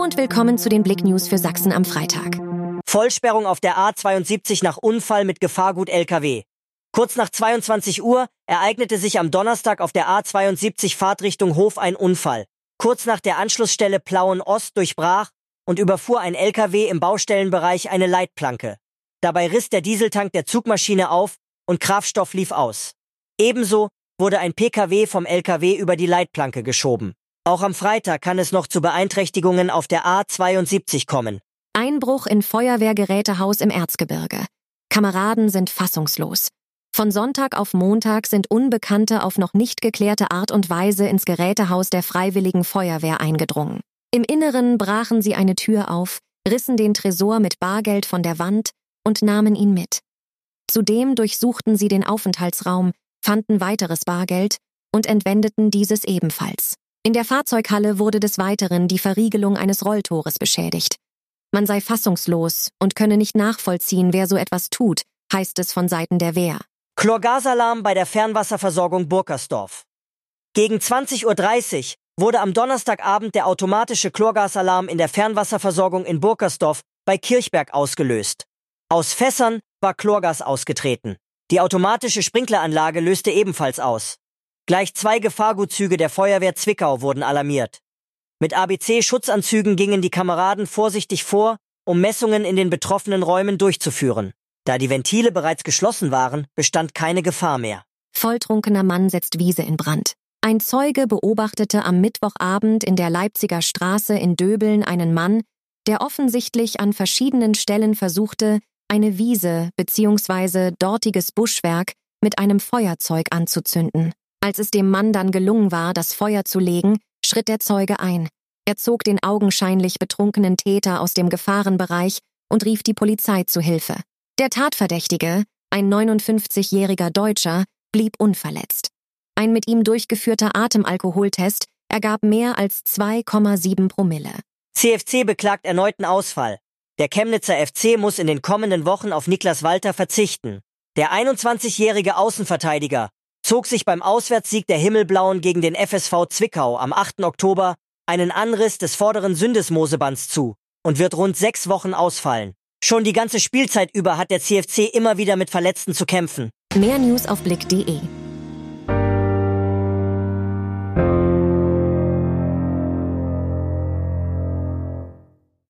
Hallo und willkommen zu den Blick News für Sachsen am Freitag. Vollsperrung auf der A72 nach Unfall mit Gefahrgut LKW. Kurz nach 22 Uhr ereignete sich am Donnerstag auf der A72 Fahrtrichtung Hof ein Unfall. Kurz nach der Anschlussstelle Plauen-Ost durchbrach und überfuhr ein LKW im Baustellenbereich eine Leitplanke. Dabei riss der Dieseltank der Zugmaschine auf und Kraftstoff lief aus. Ebenso wurde ein PKW vom LKW über die Leitplanke geschoben. Auch am Freitag kann es noch zu Beeinträchtigungen auf der A72 kommen. Einbruch in Feuerwehrgerätehaus im Erzgebirge. Kameraden sind fassungslos. Von Sonntag auf Montag sind Unbekannte auf noch nicht geklärte Art und Weise ins Gerätehaus der Freiwilligen Feuerwehr eingedrungen. Im Inneren brachen sie eine Tür auf, rissen den Tresor mit Bargeld von der Wand und nahmen ihn mit. Zudem durchsuchten sie den Aufenthaltsraum, fanden weiteres Bargeld und entwendeten dieses ebenfalls. In der Fahrzeughalle wurde des Weiteren die Verriegelung eines Rolltores beschädigt. Man sei fassungslos und könne nicht nachvollziehen, wer so etwas tut, heißt es von Seiten der Wehr. Chlorgasalarm bei der Fernwasserversorgung Burkersdorf. Gegen 20:30 Uhr wurde am Donnerstagabend der automatische Chlorgasalarm in der Fernwasserversorgung in Burkersdorf bei Kirchberg ausgelöst. Aus Fässern war Chlorgas ausgetreten. Die automatische Sprinkleranlage löste ebenfalls aus. Gleich 2 Gefahrgutzüge der Feuerwehr Zwickau wurden alarmiert. Mit ABC-Schutzanzügen gingen die Kameraden vorsichtig vor, um Messungen in den betroffenen Räumen durchzuführen. Da die Ventile bereits geschlossen waren, bestand keine Gefahr mehr. Volltrunkener Mann setzt Wiese in Brand. Ein Zeuge beobachtete am Mittwochabend in der Leipziger Straße in Döbeln einen Mann, der offensichtlich an verschiedenen Stellen versuchte, eine Wiese bzw. dortiges Buschwerk mit einem Feuerzeug anzuzünden. Als es dem Mann dann gelungen war, das Feuer zu legen, schritt der Zeuge ein. Er zog den augenscheinlich betrunkenen Täter aus dem Gefahrenbereich und rief die Polizei zu Hilfe. Der Tatverdächtige, ein 59-jähriger Deutscher, blieb unverletzt. Ein mit ihm durchgeführter Atemalkoholtest ergab mehr als 2,7 Promille. CFC beklagt erneuten Ausfall. Der Chemnitzer FC muss in den kommenden Wochen auf Niklas Walter verzichten. Der 21-jährige Außenverteidiger zog sich beim Auswärtssieg der Himmelblauen gegen den FSV Zwickau am 8. Oktober einen Anriss des vorderen Syndesmosebands zu und wird rund 6 Wochen ausfallen. Schon die ganze Spielzeit über hat der CFC immer wieder mit Verletzten zu kämpfen. Mehr News auf blick.de